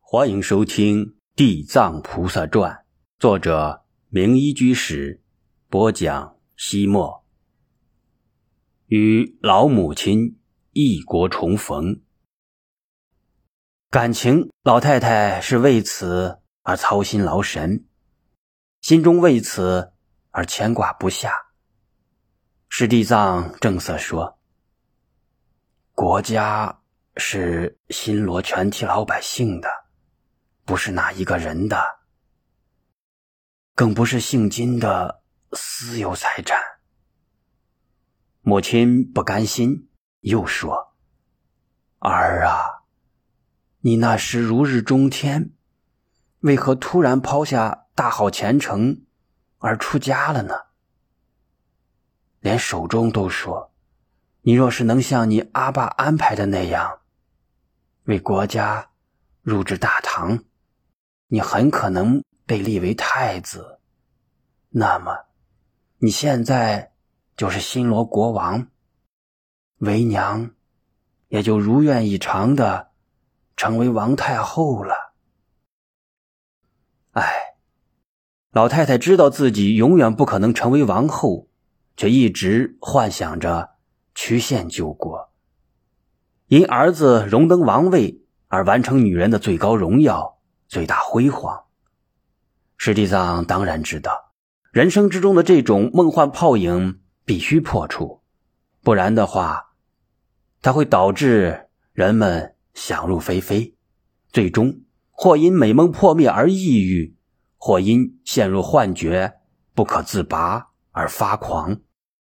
欢迎收听《地藏菩萨传》，作者明一居士，播讲西莫。与老母亲异国重逢，感情老太太是为此而操心劳神，心中为此而牵挂不下。师地藏正色说：国家是新罗全体老百姓的，不是哪一个人的，更不是姓金的私有财产。母亲不甘心，又说：儿啊，你那时如日中天，为何突然抛下大好前程而出家了呢？连手中都说，你若是能像你阿爸安排的那样，为国家入至大唐，你很可能被立为太子，那么你现在就是新罗国王，为娘也就如愿以偿的成为王太后了。老太太知道自己永远不可能成为王后，却一直幻想着曲线救国，因儿子荣登王位而完成女人的最高荣耀，最大辉煌。师地藏当然知道，人生之中的这种梦幻泡影必须破除，不然的话，它会导致人们想入非非，最终或因美梦破灭而抑郁，或因陷入幻觉不可自拔而发狂。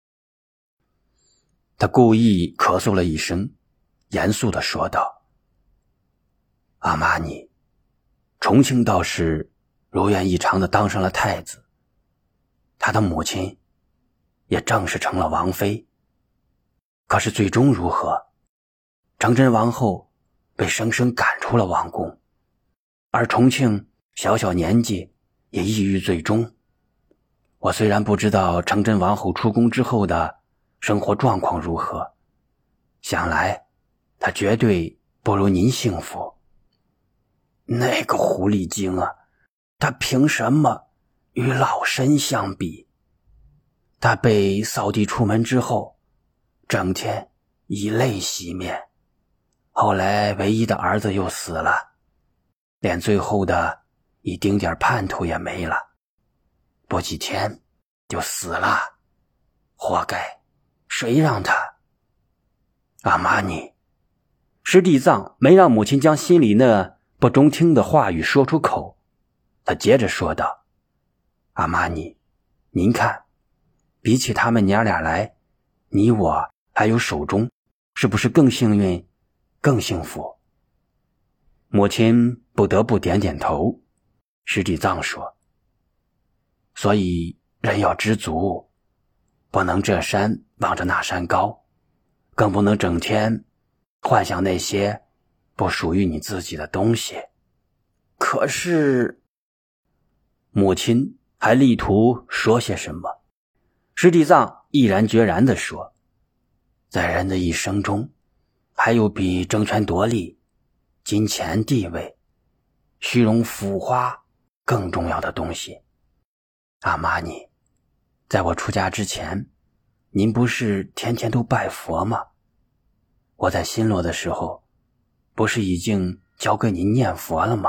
他故意咳嗽了一声，严肃地说道：阿玛尼，重庆道士如愿以偿地当上了太子，他的母亲也正式成了王妃。可是最终如何？承真王后被生生赶出了王宫，而重庆小小年纪也抑郁最终。我虽然不知道承真王后出宫之后的生活状况如何，想来她绝对不如您幸福。那个狐狸精啊，他凭什么与老身相比？他被扫地出门之后，整天以泪洗面，后来唯一的儿子又死了，连最后的一丁点盼头也没了，不几天就死了，活该，谁让他？阿玛尼，师地藏没让母亲将心里那不中听的话语说出口，他接着说道：阿玛尼，您看，比起他们娘俩来，你我还有手中，是不是更幸运更幸福？母亲不得不点点头。师地藏说：所以人要知足，不能这山望着那山高，更不能整天幻想那些不属于你自己的东西。可是母亲还力图说些什么，师地藏毅然决然地说：在人的一生中，还有比争权夺利、金钱地位、虚荣腐花更重要的东西。阿玛尼，在我出家之前，您不是天天都拜佛吗？我在新罗的时候，不是已经教给您念佛了吗？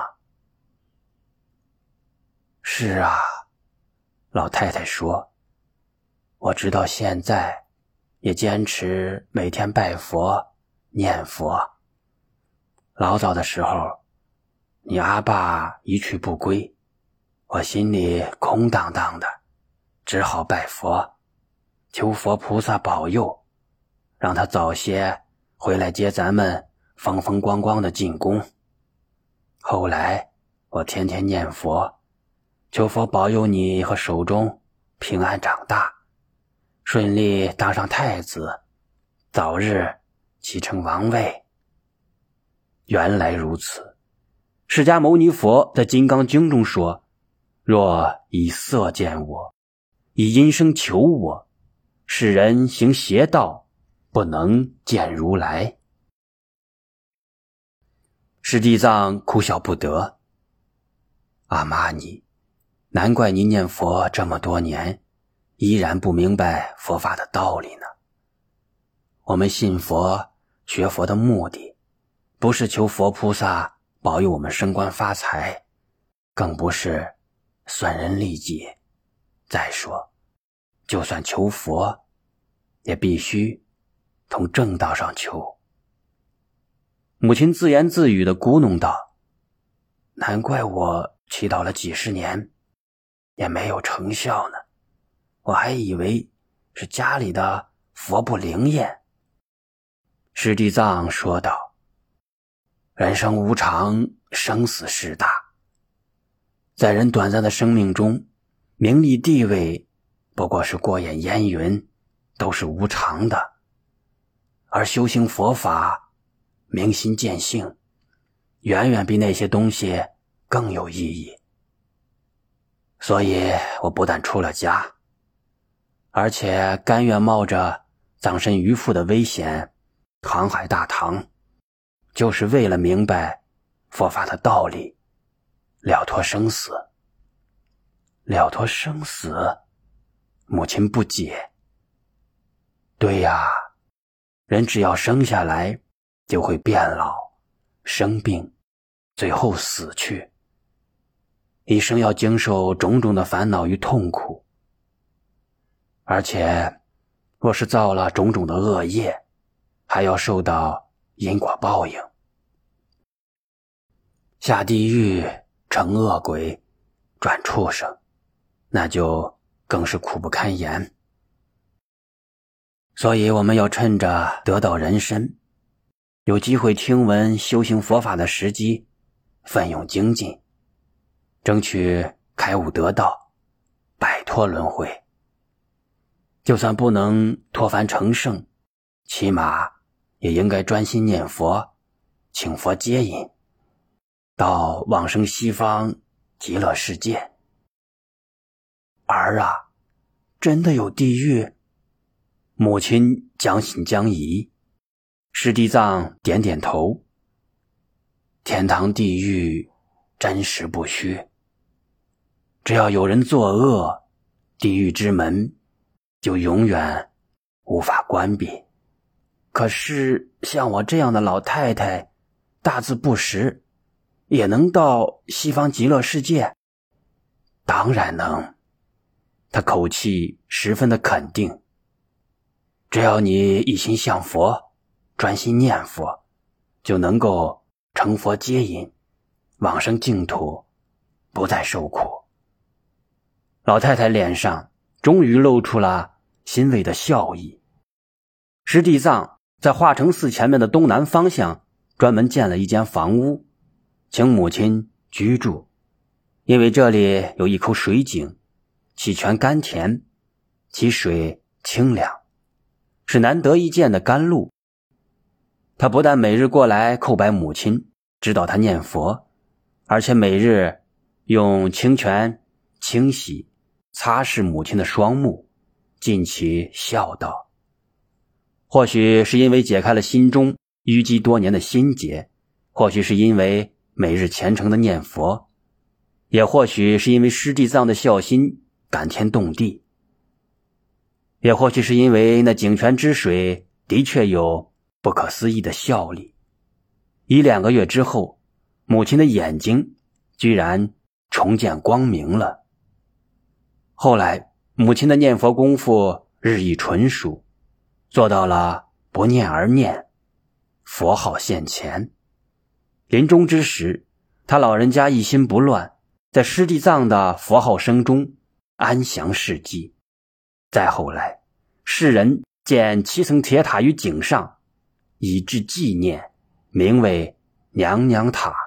是啊，老太太说，我直到现在也坚持每天拜佛念佛。老早的时候，你阿爸一去不归，我心里空荡荡的，只好拜佛，求佛菩萨保佑，让他早些回来接咱们风风光光的进宫。后来我天天念佛，求佛保佑你和手中平安长大，顺利当上太子，早日继承王位。原来如此。释迦牟尼佛在金刚经中说：若以色见我，以音声求我，使人行邪道，不能见如来。 师弟藏哭笑不得：阿玛尼，难怪你念佛这么多年，依然不明白佛法的道理呢。我们信佛、学佛的目的，不是求佛菩萨保佑我们升官发财，更不是损人利己。再说，就算求佛，也必须从正道上求。母亲自言自语地咕哝道：难怪我祈祷了几十年，也没有成效呢。我还以为是家里的佛不灵验。师弟藏说道：人生无常，生死事大。在人短暂的生命中，名利地位不过是过眼烟云，都是无常的。而修行佛法，明心见性，远远比那些东西更有意义。所以我不但出了家，而且甘愿冒着葬身鱼腹的危险航海大唐，就是为了明白佛法的道理，了脱生死。了脱生死？母亲不解。对呀，人只要生下来就会变老、生病，最后死去，一生要经受种种的烦恼与痛苦。而且若是造了种种的恶业，还要受到因果报应，下地狱成恶鬼，转畜生，那就更是苦不堪言。所以我们要趁着得到人身，有机会听闻修行佛法的时机，奋勇精进，争取开悟得道，摆脱轮回。就算不能脱凡成圣，起码也应该专心念佛，请佛接引，到往生西方极乐世界。儿啊，真的有地狱？母亲将信将疑。师弟藏点点头。天堂地狱真实不虚，只要有人作恶，地狱之门就永远无法关闭。可是像我这样的老太太，大字不识，也能到西方极乐世界？当然能。他口气十分的肯定。只要你一心向佛，专心念佛，就能够成佛接引，往生净土，不再受苦。老太太脸上终于露出了欣慰的笑意。师弟藏在化成寺前面的东南方向专门建了一间房屋，请母亲居住。因为这里有一口水井，其泉甘甜，其水清凉，是难得一见的甘露。他不但每日过来叩拜母亲，指导她念佛，而且每日用清泉清洗擦拭母亲的双目，尽其孝道。或许是因为解开了心中淤积多年的心结，或许是因为每日虔诚的念佛，也或许是因为师弟藏的孝心感天动地，也或许是因为那井泉之水的确有不可思议的效力。1-2个月之后，母亲的眼睛居然重见光明了。后来母亲的念佛功夫日益纯熟，做到了不念而念，佛号现前。临终之时，他老人家一心不乱，在师弟藏的佛号声中安详逝寂。再后来，世人建7层铁塔于井上，以致纪念，名为娘娘塔。